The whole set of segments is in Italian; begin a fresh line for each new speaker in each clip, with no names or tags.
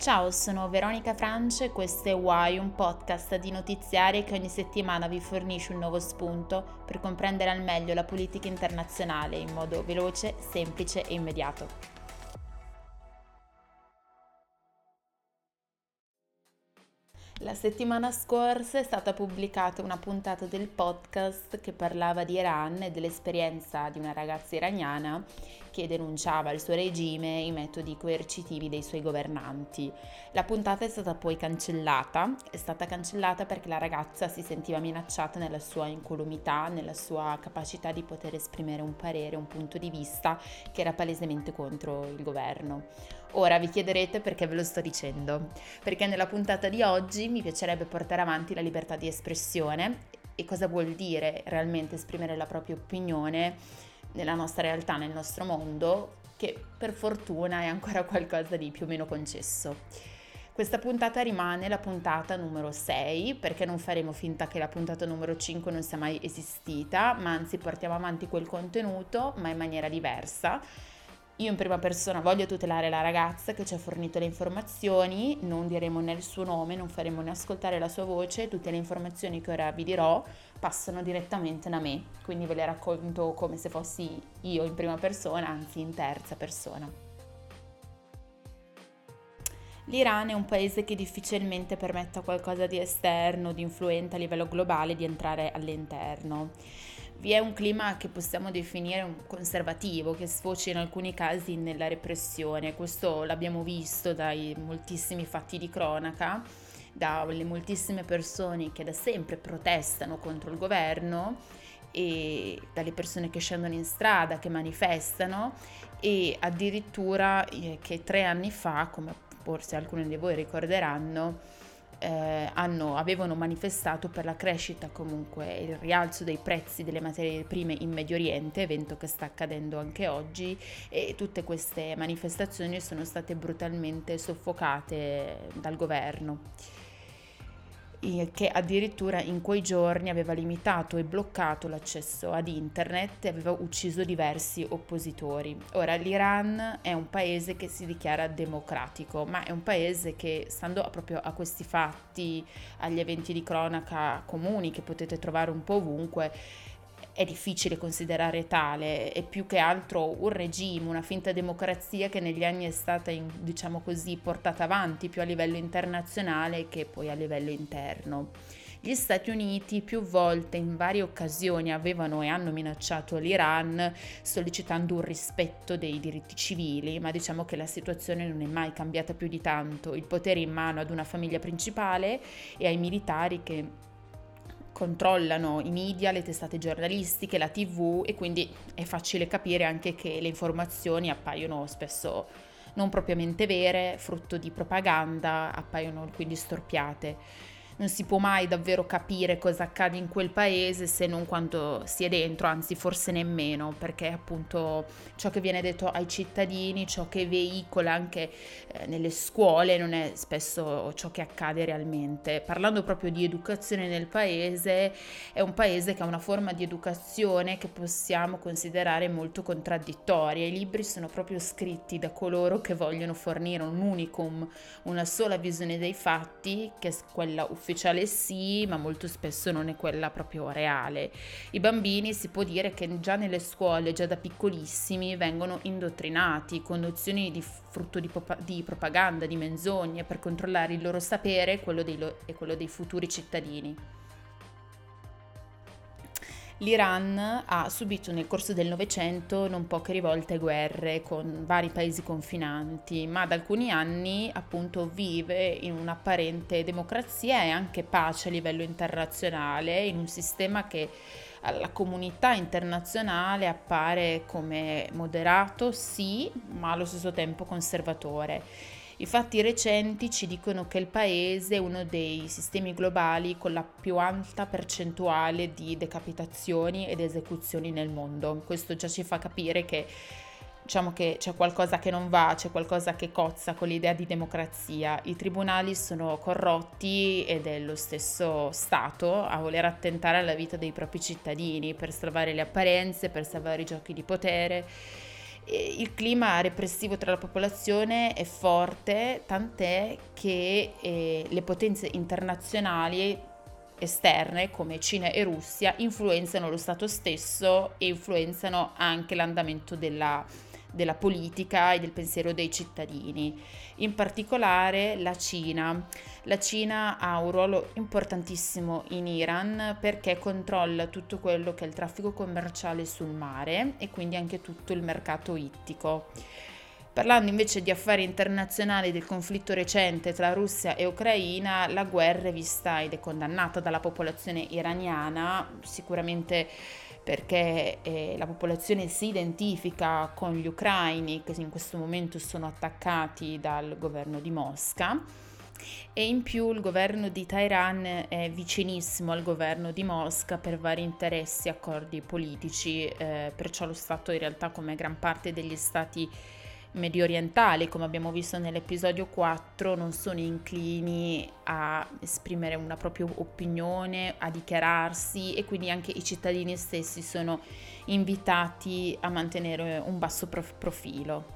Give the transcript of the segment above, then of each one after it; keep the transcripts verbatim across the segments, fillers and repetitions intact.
Ciao, sono Veronica France e questo è Why, un podcast di notiziari che ogni settimana vi fornisce un nuovo spunto per comprendere al meglio la politica internazionale in modo veloce, semplice e immediato. La settimana scorsa è stata pubblicata una puntata del podcast che parlava di Iran e dell'esperienza di una ragazza iraniana che denunciava il suo regime e i metodi coercitivi dei suoi governanti. La puntata è stata poi cancellata, è stata cancellata perché la ragazza si sentiva minacciata nella sua incolumità, nella sua capacità di poter esprimere un parere, un punto di vista che era palesemente contro il governo. Ora vi chiederete perché ve lo sto dicendo, perché nella puntata di oggi mi piacerebbe portare avanti la libertà di espressione e cosa vuol dire realmente esprimere la propria opinione nella nostra realtà, nel nostro mondo, che per fortuna è ancora qualcosa di più o meno concesso. Questa puntata rimane la puntata numero sei, perché non faremo finta che la puntata numero cinque non sia mai esistita, ma anzi portiamo avanti quel contenuto, ma in maniera diversa. Io in prima persona voglio tutelare la ragazza che ci ha fornito le informazioni, non diremo né il suo nome, non faremo né ascoltare la sua voce, tutte le informazioni che ora vi dirò passano direttamente da me, quindi ve le racconto come se fossi io in prima persona, anzi in terza persona. L'Iran è un paese che difficilmente permette a qualcosa di esterno, di influente a livello globale di entrare all'interno. Vi è un clima che possiamo definire conservativo, che sfocia in alcuni casi nella repressione. Questo l'abbiamo visto dai moltissimi fatti di cronaca, dalle moltissime persone che da sempre protestano contro il governo e dalle persone che scendono in strada, che manifestano e addirittura eh, che tre anni fa, come forse alcuni di voi ricorderanno, Eh, hanno, avevano manifestato per la crescita, comunque il rialzo dei prezzi delle materie prime in Medio Oriente, evento che sta accadendo anche oggi, e tutte queste manifestazioni sono state brutalmente soffocate dal governo, che addirittura in quei giorni aveva limitato e bloccato l'accesso ad internet e aveva ucciso diversi oppositori. Ora, l'Iran è un paese che si dichiara democratico, ma è un paese che, stando proprio a questi fatti, agli eventi di cronaca comuni che potete trovare un po' ovunque, è difficile considerare tale, è più che altro un regime, una finta democrazia che negli anni è stata, in, diciamo così, portata avanti più a livello internazionale che poi a livello interno. Gli Stati Uniti più volte, in varie occasioni, avevano e hanno minacciato l'Iran sollecitando un rispetto dei diritti civili, ma diciamo che la situazione non è mai cambiata più di tanto. Il potere in mano ad una famiglia principale e ai militari che controllano i media, le testate giornalistiche, la tivù, e quindi è facile capire anche che le informazioni appaiono spesso non propriamente vere, frutto di propaganda, appaiono quindi storpiate. Non si può mai davvero capire cosa accade in quel paese se non quando si è dentro, anzi forse nemmeno, perché appunto ciò che viene detto ai cittadini, ciò che veicola anche eh, nelle scuole non è spesso ciò che accade realmente. Parlando proprio di educazione nel paese, è un paese che ha una forma di educazione che possiamo considerare molto contraddittoria. I libri sono proprio scritti da coloro che vogliono fornire un unicum, una sola visione dei fatti, che è quella ufficiale sì, ma molto spesso non è quella proprio reale. I bambini, si può dire che già nelle scuole, già da piccolissimi, vengono indottrinati con nozioni di frutto di, pop- di propaganda, di menzogne, per controllare il loro sapere e quello dei, lo- e quello dei futuri cittadini. L'Iran ha subito nel corso del Novecento non poche rivolte e guerre con vari paesi confinanti, ma da alcuni anni appunto vive in un'apparente democrazia e anche pace a livello internazionale, in un sistema che alla comunità internazionale appare come moderato, sì, ma allo stesso tempo conservatore. I fatti recenti ci dicono che il paese è uno dei sistemi globali con la più alta percentuale di decapitazioni ed esecuzioni nel mondo. Questo già ci fa capire che, diciamo, che c'è qualcosa che non va, c'è qualcosa che cozza con l'idea di democrazia. I tribunali sono corrotti ed è lo stesso Stato a voler attentare alla vita dei propri cittadini per salvare le apparenze, per salvare i giochi di potere. E il clima repressivo tra la popolazione è forte, tant'è che eh, le potenze internazionali esterne come Cina e Russia influenzano lo Stato stesso e influenzano anche l'andamento della, della politica e del pensiero dei cittadini. In particolare la Cina. La Cina ha un ruolo importantissimo in Iran perché controlla tutto quello che è il traffico commerciale sul mare e quindi anche tutto il mercato ittico. Parlando invece di affari internazionali del conflitto recente tra Russia e Ucraina, la guerra è vista ed è condannata dalla popolazione iraniana, sicuramente perché eh, la popolazione si identifica con gli ucraini che in questo momento sono attaccati dal governo di Mosca. E in più il governo di Teheran è vicinissimo al governo di Mosca per vari interessi e accordi politici, eh, perciò lo Stato in realtà, come gran parte degli stati medio orientali, come abbiamo visto nell'episodio quattro, non sono inclini a esprimere una propria opinione, a dichiararsi, e quindi anche i cittadini stessi sono invitati a mantenere un basso prof- profilo.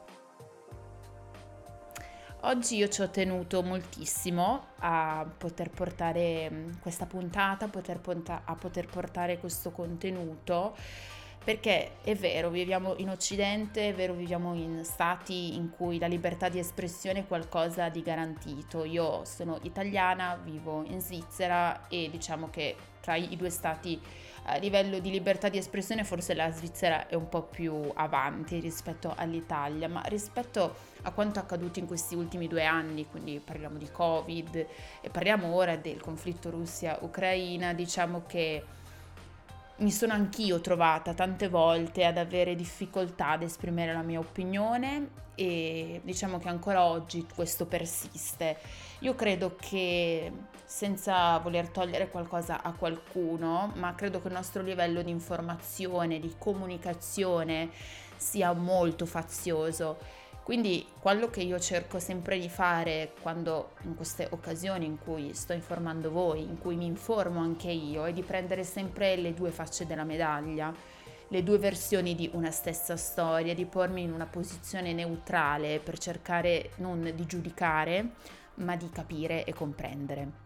Oggi io ci ho tenuto moltissimo a poter portare questa puntata, a poter, ponta- a poter portare questo contenuto, perché è vero, viviamo in Occidente, è vero, viviamo in stati in cui la libertà di espressione è qualcosa di garantito. Io sono italiana, vivo in Svizzera e diciamo che tra i due stati a livello di libertà di espressione forse la Svizzera è un po' più avanti rispetto all'Italia, ma rispetto a quanto accaduto in questi ultimi due anni, quindi parliamo di Covid e parliamo ora del conflitto Russia-Ucraina, diciamo che mi sono anch'io trovata tante volte ad avere difficoltà ad esprimere la mia opinione e diciamo che ancora oggi questo persiste. Io credo che, senza voler togliere qualcosa a qualcuno, ma credo che il nostro livello di informazione, di comunicazione sia molto fazioso. Quindi quello che io cerco sempre di fare quando in queste occasioni in cui sto informando voi, in cui mi informo anche io, è di prendere sempre le due facce della medaglia, le due versioni di una stessa storia, di pormi in una posizione neutrale per cercare non di giudicare, ma di capire e comprendere.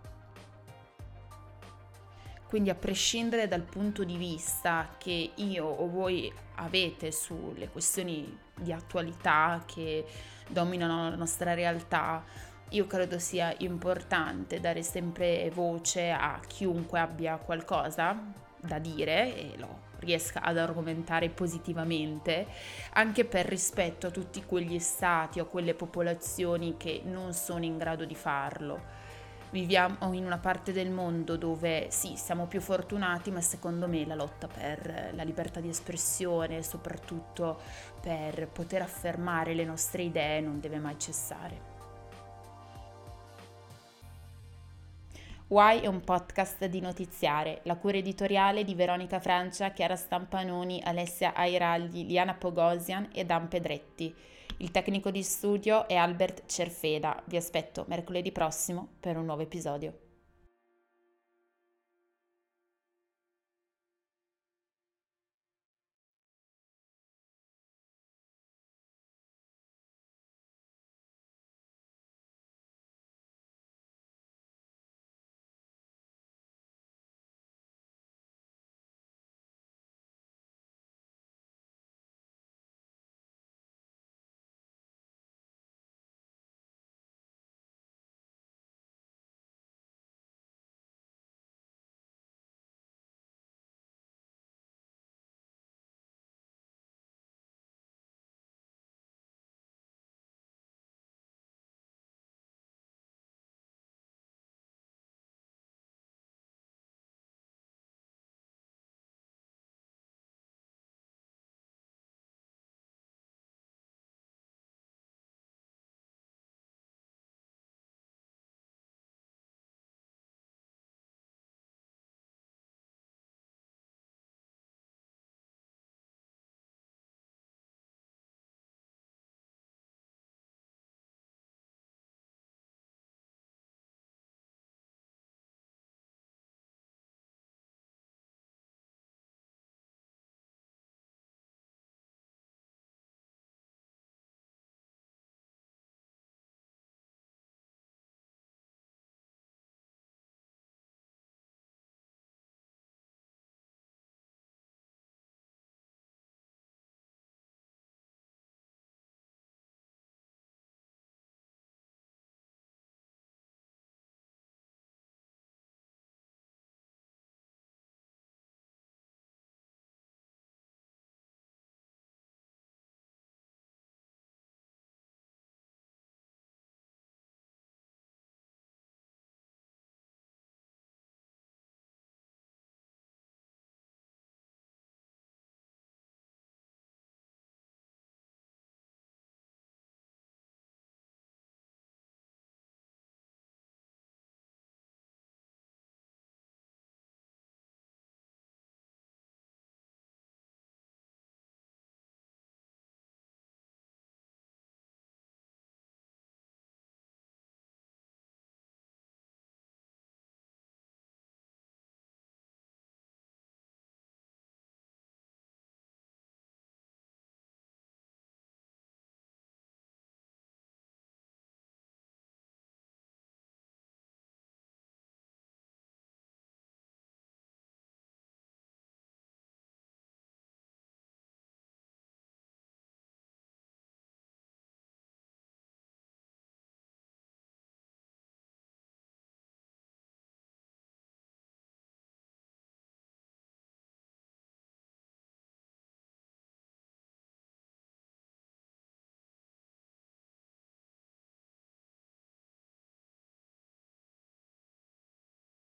Quindi a prescindere dal punto di vista che io o voi avete sulle questioni di attualità che dominano la nostra realtà, io credo sia importante dare sempre voce a chiunque abbia qualcosa da dire e lo riesca ad argomentare positivamente, anche per rispetto a tutti quegli stati o quelle popolazioni che non sono in grado di farlo. Viviamo in una parte del mondo dove sì, siamo più fortunati, ma secondo me la lotta per la libertà di espressione, soprattutto per poter affermare le nostre idee, non deve mai cessare. Why è un podcast di Notiziare, la cura editoriale di Veronica Francia, Chiara Stampanoni, Alessia Airagli, Liana Pogosian e Dan Pedretti. Il tecnico di studio è Albert Cerfeda. Vi aspetto mercoledì prossimo per un nuovo episodio.